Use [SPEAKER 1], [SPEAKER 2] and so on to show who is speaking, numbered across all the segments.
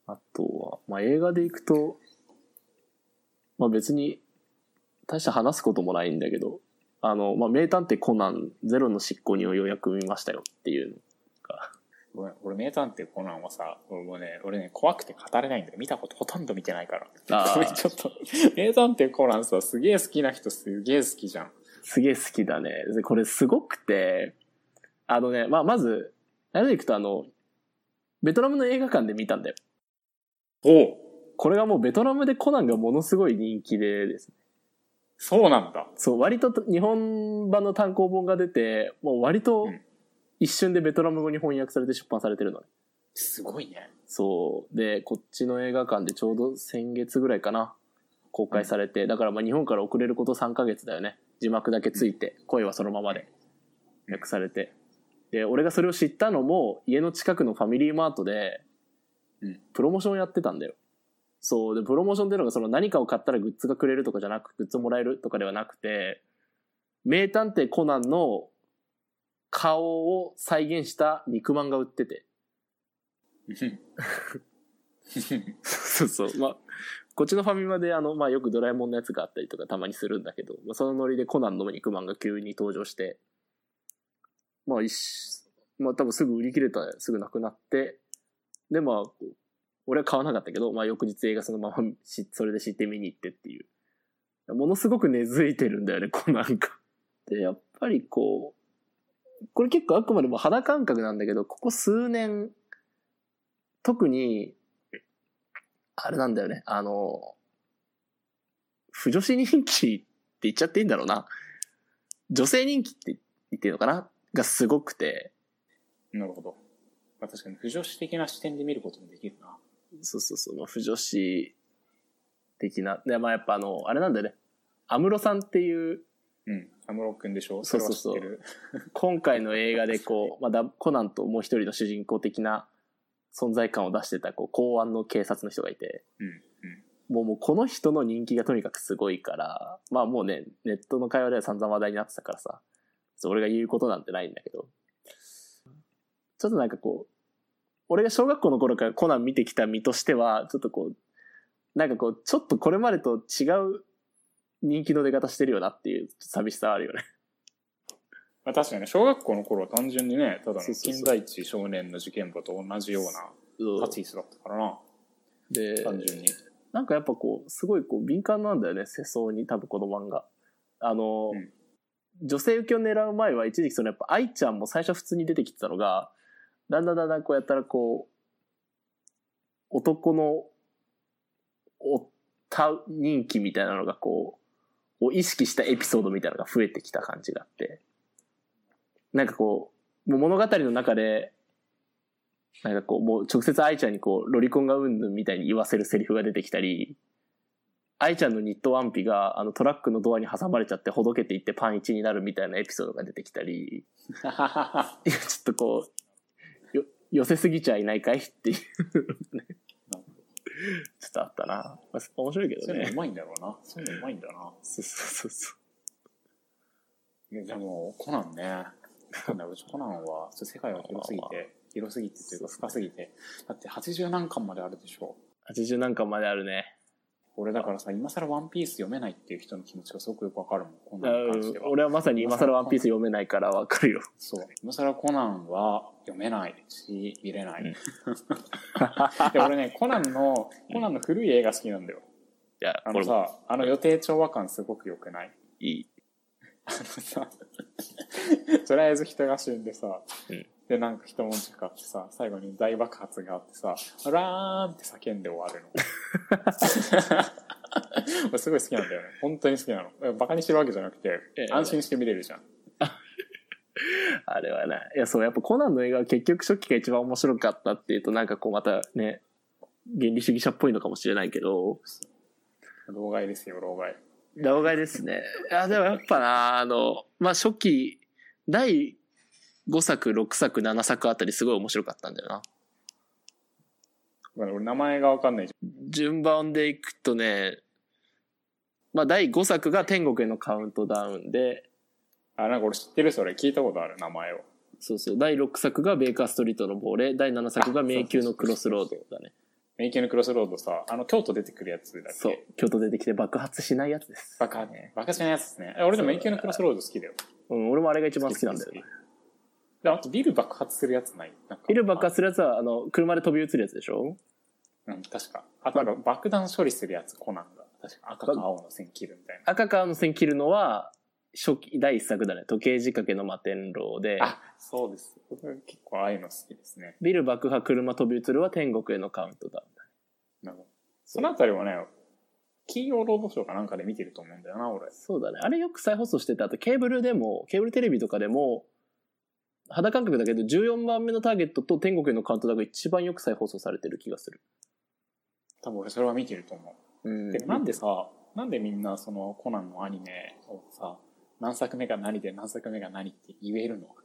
[SPEAKER 1] あとは、まあ、映画で行くと、まあ、別に大して話すこともないんだけど、まあ、名探偵コナンゼロの執行人をようやく見ましたよっていうのが。
[SPEAKER 2] 俺名探偵コナンはさ、俺ね怖くて語れないんだけど、見たことほとんど見てないから。これちょっと名探偵コナンさ、すげえ好きな人すげえ好きじゃん。
[SPEAKER 1] すげえ好きだね。これすごくて、まあ、まずあれでいくとベトナムの映画館で見たんだよ。
[SPEAKER 2] おう。
[SPEAKER 1] これがもうベトナムでコナンがものすごい人気でですね。
[SPEAKER 2] そうなんだ。
[SPEAKER 1] そう、割と日本版の単行本が出て、もう割と一瞬でベトナム語に翻訳されて出版されてるのね。
[SPEAKER 2] すごいね。
[SPEAKER 1] そう。で、こっちの映画館でちょうど先月ぐらいかな、公開されて、だからまあ日本から遅れること3ヶ月だよね。字幕だけついて、声はそのままで訳されて。で、俺がそれを知ったのも、家の近くのファミリーマートで、プロモーションやってたんだよ。そう。で、プロモーションっていうのがその何かを買ったらグッズがくれるとかじゃなく、グッズをもらえるとかではなくて、名探偵コナンの顔を再現した肉まんが売ってて。そうそう。まあ、こっちのファミマでまあよくドラえもんのやつがあったりとかたまにするんだけど、まあ、そのノリでコナンの肉まんが急に登場して、まあまあ多分すぐ売り切れた、すぐなくなって、でまあ、俺は買わなかったけど、まあ翌日映画そのままそれで知って見に行ってっていう。ものすごく根付いてるんだよね、コナンが。で、やっぱりこれ結構あくまでも肌感覚なんだけど、ここ数年、特に、あれなんだよね、不女子人気って言っちゃっていいんだろうな。女性人気って言っていいのかながすごくて。
[SPEAKER 2] なるほど。まあ、確かに不女子的な視点で見ることもできるな。
[SPEAKER 1] そうそうそう、まあ、不女子的な。で、まあやっぱあれなんだよね。安室さんっていう、
[SPEAKER 2] 安室くんでしょ。
[SPEAKER 1] そうそうそう。今回の映画でまあ、コナンともう一人の主人公的な存在感を出してた公安の警察の人がいて、もうこの人の人気がとにかくすごいから、まあもうね、ネットの会話では散々話題になってたからさ、俺が言うことなんてないんだけど、ちょっとなんか俺が小学校の頃からコナン見てきた身としては、ちょっとなんかちょっとこれまでと違う人気の出方してるよなっていう寂しさはあるよね。
[SPEAKER 2] まあ確かにね、小学校の頃は単純にね、ただの金田一少年の事件簿と同じような立ち位置だったからな。
[SPEAKER 1] で、
[SPEAKER 2] 単純に。
[SPEAKER 1] なんかやっぱすごい敏感なんだよね、世相に、多分この漫画。女性受けを狙う前は一時期やっぱ愛ちゃんも最初普通に出てきてたのが、だんだんやったら男の人気みたいなのがを意識したエピソードみたいなのが増えてきた感じがあって、なんかもう物語の中でなんかもう直接愛ちゃんにロリコンがうんぬんみたいに言わせるセリフが出てきたり、愛ちゃんのニットワンピがトラックのドアに挟まれちゃってほどけていってパン1になるみたいなエピソードが出てきたりいやちょっと寄せすぎちゃいないかいっていうねちょっとあったな。面白いけどね。
[SPEAKER 2] そういうのうまいんだろうな。そういうのうまいんだな。
[SPEAKER 1] そうそうそう。
[SPEAKER 2] いやでもコナンね。コナンは世界が広すぎてというか深すぎて、だって80何巻まであるでしょ。
[SPEAKER 1] 80何巻まであるね。
[SPEAKER 2] 俺だからさ、今更ワンピース読めないっていう人の気持ちがすごくよくわかるもん、コナンに関しては。
[SPEAKER 1] 俺はまさに今更ワンピース読めないからわかるよ。
[SPEAKER 2] そう。今更コナンは読めないし、見れない。で俺ね、コナンの古い映画好きなんだよ。
[SPEAKER 1] いや、
[SPEAKER 2] 予定調和感すごく良くない？
[SPEAKER 1] いい。
[SPEAKER 2] さ、とりあえず人が死んでさ、で、なんか一文字かってさ、最後に大爆発があってさ、ラーンって叫んで終わるの。すごい好きなんだよね。本当に好きなの。バカにしてるわけじゃなくて、安心して見れるじゃん。
[SPEAKER 1] あれはね、いや、そう、やっぱコナンの映画は結局初期が一番面白かったっていうと、なんかまたね、原理主義者っぽいのかもしれないけど。
[SPEAKER 2] 老害ですよ、老害。
[SPEAKER 1] 老害ですね。いや、でもやっぱな、まあ、初期、第5作、6作、7作あたりすごい面白かったんだよな。
[SPEAKER 2] 俺名前がわかんない。
[SPEAKER 1] 順番でいくとね、まあ第5作が天国へのカウントダウンで、
[SPEAKER 2] なんか俺知ってる、それ聞いたことある名前を。
[SPEAKER 1] そうそう、第6作がベーカーストリートの亡霊、第7作が迷宮のクロスロードだね。
[SPEAKER 2] 迷宮のクロスロードさ、京都出てくるやつだっけ？
[SPEAKER 1] そう。京都出てきて爆発しないやつです。
[SPEAKER 2] 爆発しないやつですね。俺でも迷宮のクロスロード好きだよ。
[SPEAKER 1] うん、俺もあれが一番好きなんだよね。
[SPEAKER 2] で、あとビル爆発するやつない？なんか
[SPEAKER 1] ビル爆発するやつは、車で飛び移るやつでしょ？
[SPEAKER 2] うん、確か。あとなんか爆弾処理するやつ、コナンが。確か赤か青の線切るみたいな。
[SPEAKER 1] 赤か青の線切るのは、第一作だね。時計仕掛けの摩天楼で。
[SPEAKER 2] あ、そうです。僕結構ああいうの好きですね。
[SPEAKER 1] ビル爆破車飛び移るは天国へのカウントダウンだね。
[SPEAKER 2] なるほど。そのあたりもね、金曜ロードショーかなんかで見てると思うんだよな、俺。
[SPEAKER 1] そうだね。あれよく再放送してた。あとケーブルテレビとかでも、肌感覚だけど14番目のターゲットと天国へのカウントダウンが一番よく再放送されてる気がする。
[SPEAKER 2] 多分俺それは見てると思う。でなんでみんなそのコナンのアニメをさ、何作目が何で何作目が何って言えるの？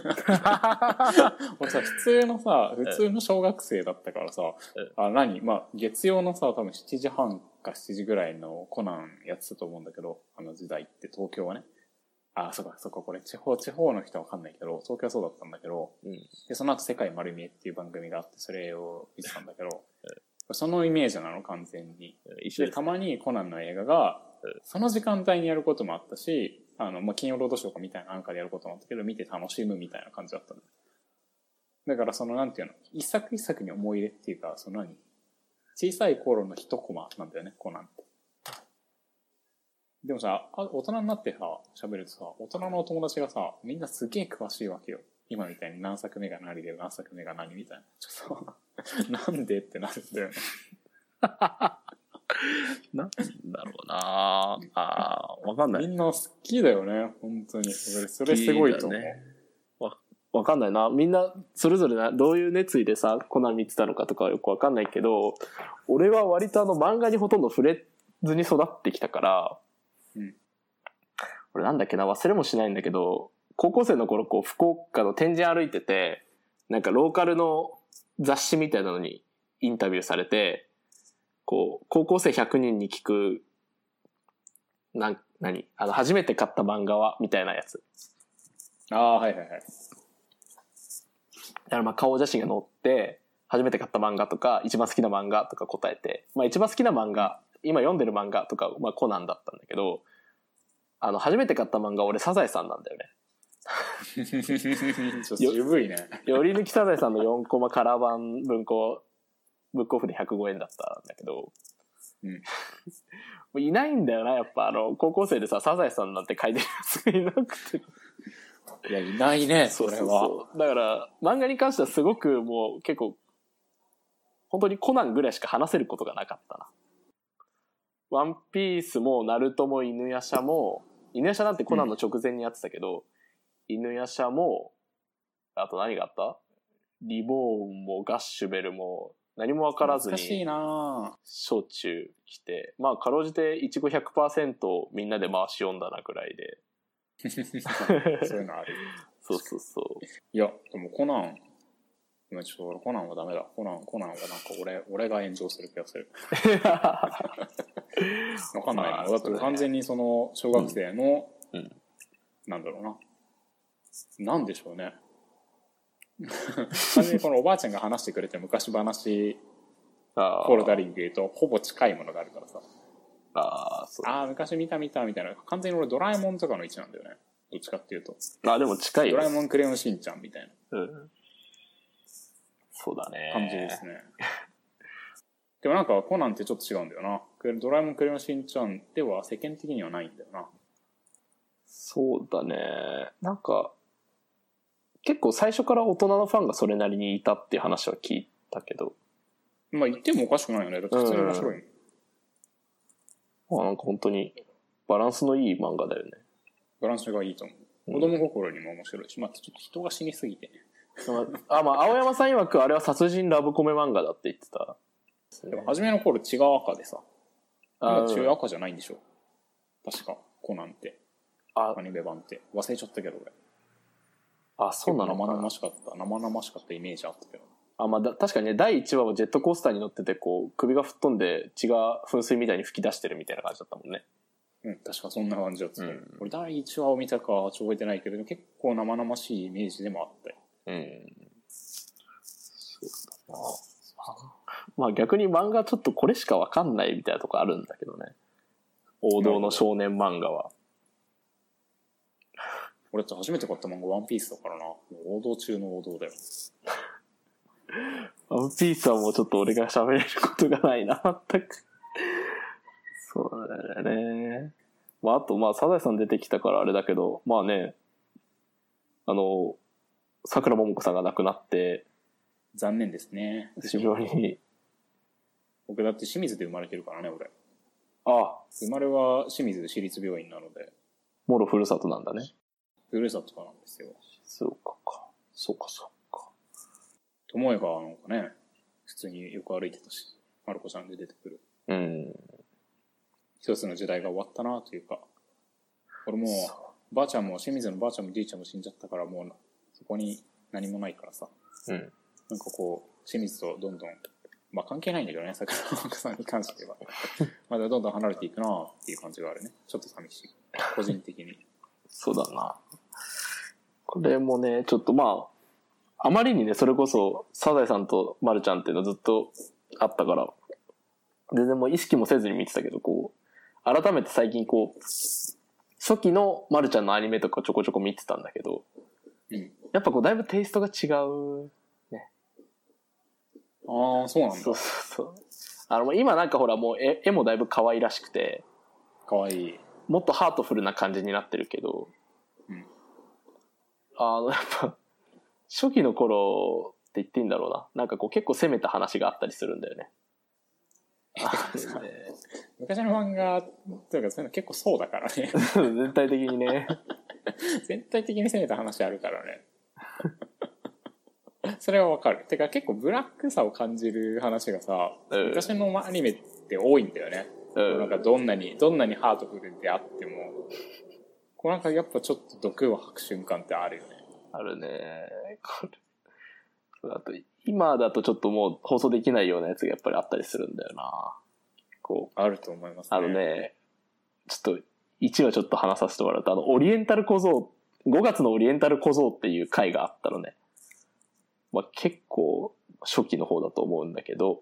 [SPEAKER 2] 俺さ、普通の小学生だったからさ、月曜のさ、多分7時半か7時ぐらいのコナンやってたと思うんだけど、あの時代って東京はね。そっか、これ地方の人はわかんないけど、東京はそうだったんだけど、で、その後世界丸見えっていう番組があって、それを見てたんだけど、そのイメージなの、完全に。で、たまにコナンの映画が、その時間帯にやることもあったし、金曜ロードショーかみたいななんかでやることもあったけど、見て楽しむみたいな感じだったの。だからなんていうの、一作一作に思い入れっていうか、小さい頃の一コマなんだよね、コナンって。でもさ、大人になってさ、喋るとさ、大人のお友達がさ、みんなすげえ詳しいわけよ。今みたいに何作目が何で何作目が何みたいな。ちょっとなんでってなるんだよね。
[SPEAKER 1] なんだろうなわかんない。
[SPEAKER 2] みんな好きだよね、本当に。それすごいと思う。
[SPEAKER 1] わかんないな。みんなそれぞれどういう熱意でさ、コナン見てたのかとかはよくわかんないけど、俺は割と漫画にほとんど触れずに育ってきたから、俺なんだっけな、忘れもしないんだけど、高校生の頃福岡の天神歩いてて、なんかローカルの雑誌みたいなのにインタビューされて、高校生100人に聞く、初めて買った漫画はみたいなやつ。
[SPEAKER 2] はい。
[SPEAKER 1] だから顔写真が載って、初めて買った漫画とか、一番好きな漫画とか答えて、一番好きな漫画、今読んでる漫画とか、コナンだったんだけど、初めて買った漫画俺サザエさんなんだよね。
[SPEAKER 2] 渋いね。
[SPEAKER 1] より抜きサザエさんの4コマカラー版文庫ブックオフで105円だったんだけど、いないんだよな、やっぱ高校生でさ、サザエさんなんて書いてるやつがいなくて。
[SPEAKER 2] いや、いないね、それは。
[SPEAKER 1] だから漫画に関してはすごくもう結構本当にコナンぐらいしか話せることがなかったな。ワンピースもナルトも犬夜叉なんてコナンの直前にやってたけど、犬夜叉も、あと何があった？リボーンもガッシュベルも何も分からずに小中来て、かろうじていちご 100% みんなで回し読んだなくらいで。
[SPEAKER 2] そういうのある。
[SPEAKER 1] そう。
[SPEAKER 2] いや、でもコナン、今ちょっとコナンはダメだ。コナンはなんか俺が炎上する気がする。わかんないな。だって完全に小学生の、なんだろうな。なんでしょうね。完全にこのおばあちゃんが話してくれて昔話フォルダリングとほぼ近いものがあるからさ。昔見たみたいな。完全に俺ドラえもんとかの位置なんだよね。どっちかっていうと。
[SPEAKER 1] でも近いよ。
[SPEAKER 2] ドラえもんクレヨンしんちゃんみたいな。
[SPEAKER 1] そうだね。
[SPEAKER 2] 感じですね。でもなんかコナンってちょっと違うんだよな。ドラえもんクレヨンしんちゃんでは世間的にはないんだよな。
[SPEAKER 1] そうだね。なんか結構最初から大人のファンがそれなりにいたっていう話は聞いたけど。
[SPEAKER 2] 言ってもおかしくないよね。だって普通に面白いもん。
[SPEAKER 1] なんか本当にバランスのいい漫画だよね。
[SPEAKER 2] バランスがいいと思う。子供心にも面白いし、ちょっと人が死にすぎてね。
[SPEAKER 1] 青山さん曰くあれは殺人ラブコメ漫画だって言ってた。
[SPEAKER 2] でも初めの頃血が赤でさ。今血赤じゃないんでしょ。確か、コナンって。アニメ版って。忘れちゃったけど俺。
[SPEAKER 1] そうなのかな。
[SPEAKER 2] 生々しかったイメージあったけど。
[SPEAKER 1] 確かにね、第1話はジェットコースターに乗ってて、首が吹っ飛んで血が噴水みたいに吹き出してるみたいな感じだったもんね。
[SPEAKER 2] 確かそんな感じだった。俺第1話を見たかは覚えてないけど、結構生々しいイメージでもあったよ。
[SPEAKER 1] そうだな。 まあ逆に漫画ちょっとこれしかわかんないみたいなとこあるんだけどね。王道の少年漫画は。
[SPEAKER 2] 俺たち初めて買った漫画ワンピースだからな。もう王道中の王道だよ。
[SPEAKER 1] ワンピースはもうちょっと俺が喋れることがないな、全く。そうだよね。まああと、まあサザエさん出てきたからあれだけど、まあね、桜ももこさんが亡くなって、
[SPEAKER 2] 残念ですね。
[SPEAKER 1] 非常に。
[SPEAKER 2] 僕だって清水で生まれてるからね、俺。
[SPEAKER 1] あ、
[SPEAKER 2] 生まれは清水市立病院なので。
[SPEAKER 1] もろふるさとなんだね。
[SPEAKER 2] ふるさとなんですよ。
[SPEAKER 1] そうか。
[SPEAKER 2] 友恵がなんかね、普通によく歩いてたし、まる子ちゃんで出てくる。
[SPEAKER 1] うん。
[SPEAKER 2] 一つの時代が終わったなというか、俺もう、ばあちゃんも、清水のばあちゃんもじいちゃんも死んじゃったから、もう、そこに何もないからさ。
[SPEAKER 1] うん。
[SPEAKER 2] なんかこう、清水とどんどん、まあ関係ないんだけどね、桜庭さんに関しては。まだどんどん離れていくなっていう感じがあるね。ちょっと寂しい。個人的に。
[SPEAKER 1] そうだな。これもね、ちょっとまあ、あまりにね、それこそ、サザエさんとマルちゃんっていうのずっとあったから、全然もう意識もせずに見てたけど、こう、改めて最近こう、初期のマルちゃんのアニメとかちょこちょこ見てたんだけど、
[SPEAKER 2] うん。
[SPEAKER 1] やっぱこう、だいぶテイストが違う。
[SPEAKER 2] ああ、そうなんだ。
[SPEAKER 1] そう。今なんかほらもう絵もだいぶ可愛らしくて、
[SPEAKER 2] かわいい。
[SPEAKER 1] もっとハートフルな感じになってるけど、
[SPEAKER 2] うん。
[SPEAKER 1] やっぱ、初期の頃って言っていいんだろうな。なんかこう結構攻めた話があったりするんだよね。
[SPEAKER 2] 昔の漫画というかそういうの結構そうだからね。
[SPEAKER 1] 全体的にね。
[SPEAKER 2] 全体的に攻めた話あるからね。それはわかる。てか結構ブラックさを感じる話がさ、昔のアニメって多いんだよね。なんかどんなにハートフルであっても、こうなんかやっぱちょっと毒を吐く瞬間ってあるよね。
[SPEAKER 1] あるね。あと今だとちょっともう放送できないようなやつがやっぱりあったりするんだよな。こう
[SPEAKER 2] あると思いますね。
[SPEAKER 1] ちょっと1話ちょっと話させてもらうと、オリエンタル小僧、5月のオリエンタル小僧っていう回があったのね。まあ結構初期の方だと思うんだけど、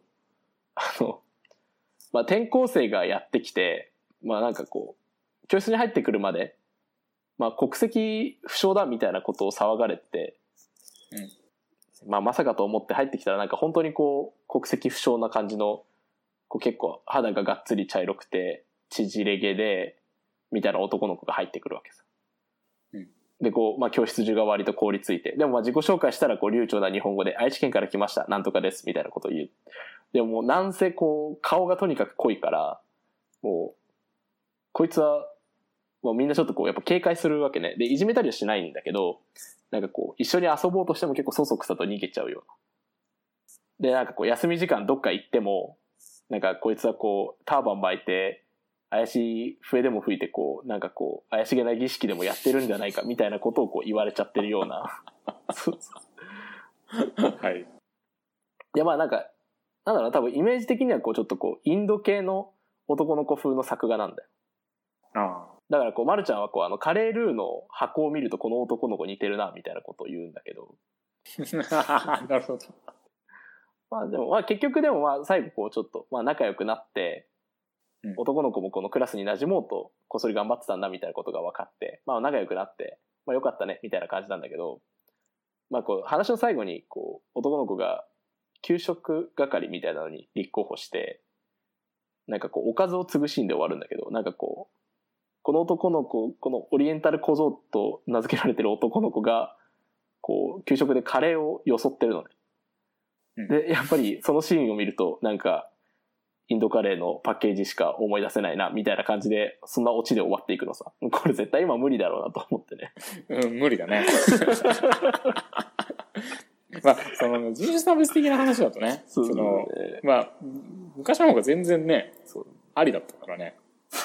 [SPEAKER 1] まあ転校生がやってきて、まあなんかこう、教室に入ってくるまで、まあ国籍不詳だみたいなことを騒がれて、まあまさかと思って入ってきたらなんか本当にこう国籍不詳な感じの、こう結構肌ががっつり茶色くて縮れ毛でみたいな男の子が入ってくるわけさ。でこう、まあ教室中が割と凍りついて、でもまあ自己紹介したらこう流暢な日本語で愛知県から来ましたなんとかですみたいなことを言う。でもなんせこう顔がとにかく濃いから、もうこいつはもうみんなちょっとこうやっぱ警戒するわけね。でいじめたりはしないんだけど、なんかこう一緒に遊ぼうとしても結構そそくさと逃げちゃうような。でなんかこう休み時間どっか行っても、なんかこいつはこうターバン巻いて怪しい笛でも吹いてこうなんかこう怪しげな儀式でもやってるんじゃないかみたいなことをこう言われちゃってるような。
[SPEAKER 2] はい。
[SPEAKER 1] いやまあなんかなんだろう、多分イメージ的にはこうちょっとこうインド系の男の子風の作画なんだよ。
[SPEAKER 2] ああ。
[SPEAKER 1] だからこうまるちゃんはこうカレールーの箱を見るとこの男の子似てるなみたいなことを言うんだけど。
[SPEAKER 2] なるほど。
[SPEAKER 1] まあでもまあ結局でもまあ最後こうちょっとまあ仲良くなって、男の子もこのクラスに馴染もうとこっそり頑張ってたんだみたいなことが分かって、まあ仲良くなってまあよかったねみたいな感じなんだけど、まあこう話の最後にこう男の子が給食係みたいなのに立候補して、なんかこうおかずを継ぐシーンで終わるんだけど、なんかこうこの男の子、このオリエンタル小僧と名付けられてる男の子がこう給食でカレーをよそってるのね。でやっぱりそのシーンを見るとなんかインドカレーのパッケージしか思い出せないなみたいな感じで、そんなオチで終わっていくのさ。これ絶対今無理だろうなと思ってね。
[SPEAKER 2] 無理だね。まあその人種差別的な話だとね、まあ昔の方が全然ねありだったからね。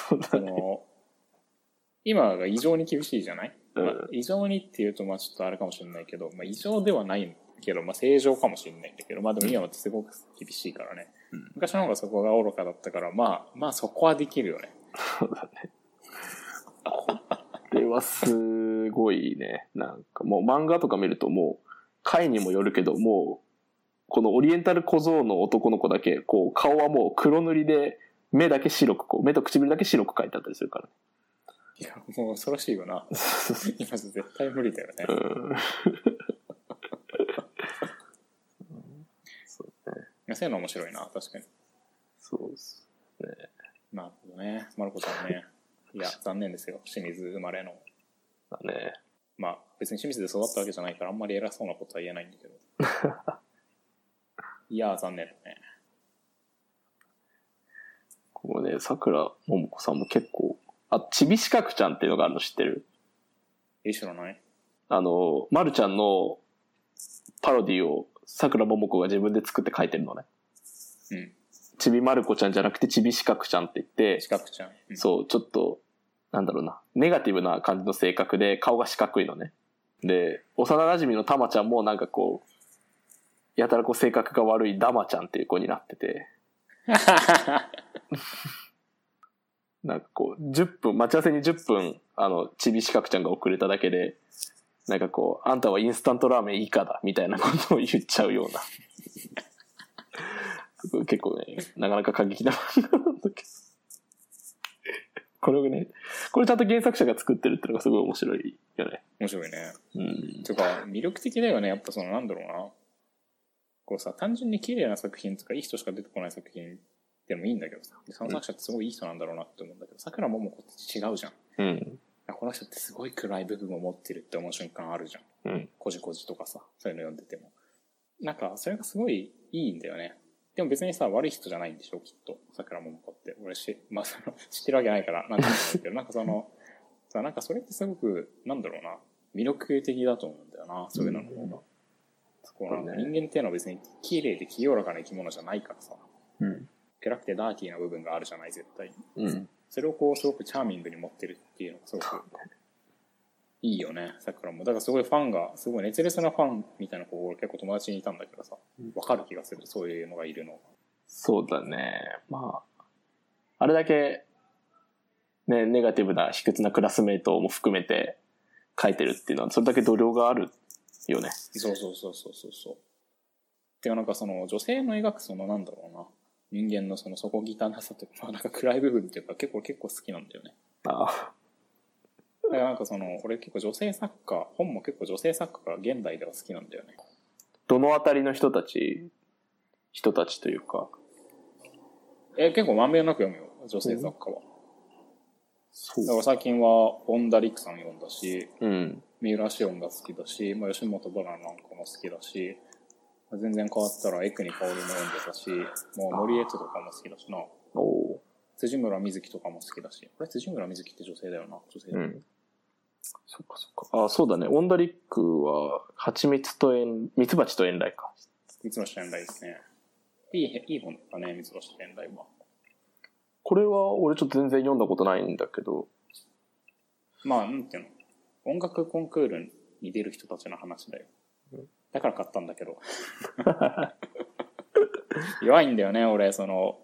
[SPEAKER 2] 今が異常に厳しいじゃない、まあ、異常にっていうとまあちょっとあれかもしれないけど、まあ、異常ではないけど、まあ、正常かもしれないんだけど、まあでも今はすごく厳しいからね、昔の方がそこが愚かだったから、まあそこはできるよね。
[SPEAKER 1] そうだね。これはすごいね。なんかもう漫画とか見るともう回にもよるけど、もうこのオリエンタル小僧の男の子だけこう顔はもう黒塗りで目だけ白くこう目と唇だけ白く描いてあったりするから、ね、
[SPEAKER 2] いやもう恐ろしいよな今絶対無理だよねそうね。いやそういうの面白いな確かに。
[SPEAKER 1] そうですね。
[SPEAKER 2] なるほどね。マルコちゃんね。いや残念ですよ清水生まれの。
[SPEAKER 1] だね。
[SPEAKER 2] まあ別に清水で育ったわけじゃないからあんまり偉そうなことは言えないんだけどいや残念だね。
[SPEAKER 1] これね、桜桃子さんも結構、ちびしかくちゃんっていうのがあるの知ってる？
[SPEAKER 2] 知らない。
[SPEAKER 1] まるちゃんのパロディを桜桃子が自分で作って書いてるのね。
[SPEAKER 2] うん。
[SPEAKER 1] ちびまる子ちゃんじゃなくてちびしかくちゃんって言って、
[SPEAKER 2] しかくちゃん。
[SPEAKER 1] うん、そう、ちょっと、なんだろうな、ネガティブな感じの性格で顔が四角いのね。で、幼馴染のたまちゃんもなんかこう、やたらこう性格が悪いダマちゃんっていう子になってて、なんかこう10分待ち合わせに10分ちびしかくちゃんが遅れただけでなんかこうあんたはインスタントラーメン以下だみたいなことを言っちゃうような結構ねなかなか過激な漫画なんだけどこれねこれちゃんと原作者が作ってるってのがすごい面白いよね。
[SPEAKER 2] 面白いね。
[SPEAKER 1] うん。
[SPEAKER 2] とか魅力的だよねやっぱそのなんだろうなこうさ単純に綺麗な作品とかいい人しか出てこない作品でもいいんだけどさ、その作者ってすごいいい人なんだろうなって思うんだけど、桜桃子って違うじゃん。
[SPEAKER 1] うん。
[SPEAKER 2] この人ってすごい暗い部分を持ってるって思う瞬間あるじゃん。
[SPEAKER 1] うん。
[SPEAKER 2] こじこじとかさ、そういうの読んでても。なんか、それがすごいいいんだよね。でも別にさ、悪い人じゃないんでしょ、きっと。桜桃子って。俺まあ、知ってるわけないから、なんて言うんだけど、なんかなんかそれってすごく、なんだろうな、魅力的だと思うんだよな、そういうのの方が。こうなんか人間っていうのは別に綺麗で清らかな生き物じゃないからさ。
[SPEAKER 1] うん。
[SPEAKER 2] 暗くてダーティーな部分があるじゃない絶対に、
[SPEAKER 1] うん、
[SPEAKER 2] それをこうすごくチャーミングに持ってるっていうのがすごくいいよね桜も。だからすごいファンがすごい熱烈なファンみたいな子が結構友達にいたんだけどさ分かる気がするそういうのがいるの。
[SPEAKER 1] そうだね。まああれだけねネガティブな卑屈なクラスメイトも含めて書いてるっていうのはそれだけ度量があるよね。
[SPEAKER 2] そうてかなんかその女性の描くそのなんだろうな人間のその底汚さというか、なんか暗い部分っていうか結構好きなんだよね。
[SPEAKER 1] ああ。
[SPEAKER 2] だからなんか俺結構女性作家、本も結構女性作家が現代では好きなんだよね。
[SPEAKER 1] どのあたりの人たちというか。
[SPEAKER 2] 結構まんべんなく読むよ、女性作家は。そう。だから最近は、ボンダリックさん読んだし、
[SPEAKER 1] うん。
[SPEAKER 2] 三浦紫音が好きだし、まあ、吉本バナナなんかも好きだし、全然変わったらエクニカオリも読んでたし、もう森エトとかも好きだしな。
[SPEAKER 1] お
[SPEAKER 2] 辻村瑞希とかも好きだし。これ辻村瑞希って女性だよな。女性だよ。うん。
[SPEAKER 1] そっか。あ、そうだね。オンダリックは、ミツバチと遠雷か。
[SPEAKER 2] ミツバチと遠雷ですね。いい本だね、ミツバチと遠雷は。
[SPEAKER 1] これは俺ちょっと全然読んだことないんだけど。
[SPEAKER 2] まあ、なんていうの。音楽コンクールに出る人たちの話だよ。だから買ったんだけど。弱いんだよね、俺、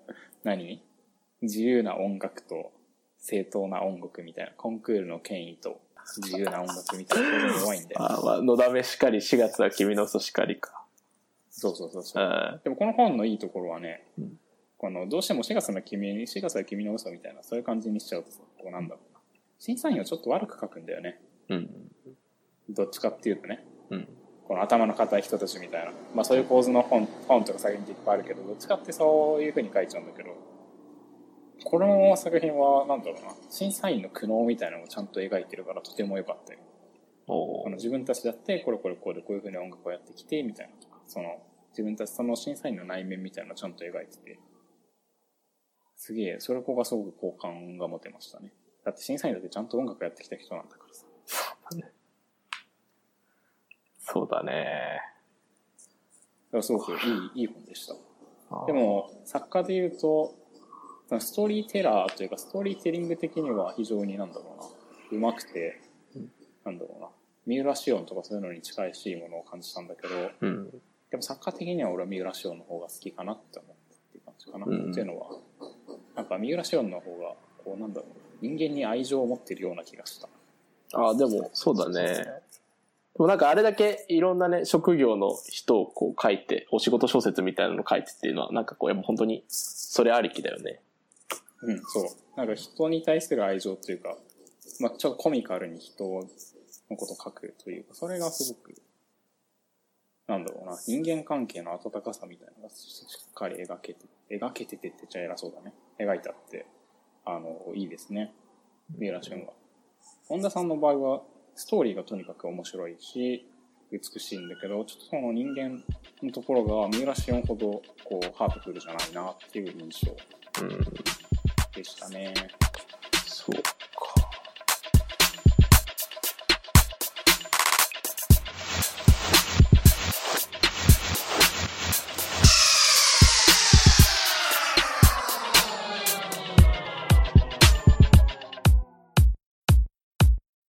[SPEAKER 2] 自由な音楽と正当な音楽みたいな、コンクールの権威と自由な音楽みたいなことに弱いんだよ。
[SPEAKER 1] まあ、のだめしかり、4月は君の嘘しかりか。
[SPEAKER 2] そう。でもこの本のいいところはね、どうしても4月は君の嘘みたいな、そういう感じにしちゃうとさ、こうなんだろうな。審査員をちょっと悪く書くんだよね。うん。どっちかっていうとね。うん。この頭の固い人たちみたいな。まあそういう構図の本とか作品っていっぱいあるけど、どっちかってそういう風に書いちゃうんだけど、この作品はなんだろうな、審査員の苦悩みたいなのをちゃんと描いてるからとても良かったよ。自分たちだってこういう風に音楽をやってきてみたいなとか、自分たち審査員の内面みたいなのをちゃんと描いてて、すげえ、それこがすごく好感が持てましたね。だって審査員だってちゃんと音楽やってきた人なんだからさ。そうだね。すごくいい本でした。でも、作家で言うと、ストーリーテラーというか、ストーリーテリング的には非常にうまくて、三浦紫音とかそういうのに近いしいものを感じたんだけど、でも作家的には俺は三浦紫音の方が好きかなって思ったっていう感じかな。っていうのは、なんか三浦紫音の方が、人間に愛情を持ってるような気がした。でも、そうだね。
[SPEAKER 1] もなんかあれだけいろんなね、職業の人をこう書いて、お仕事小説みたいなの書いてっていうのは、なんかこう、やっぱ本当に、それありきだよね。
[SPEAKER 2] うん、そう。なんか人に対する愛情というか、まあちょっとコミカルに人のことを書くというか、それがすごく、なんだろうな、人間関係の温かさみたいなのがしっかり描けててって言っちゃ偉そうだね。描いてあって、いいですね。三浦俊は。本田さんの場合は、ストーリーがとにかく面白いし、美しいんだけど、ちょっとその人間のところが三浦俊ほど、こう、ハートフルじゃないなっていう印象でしたね。
[SPEAKER 1] そう。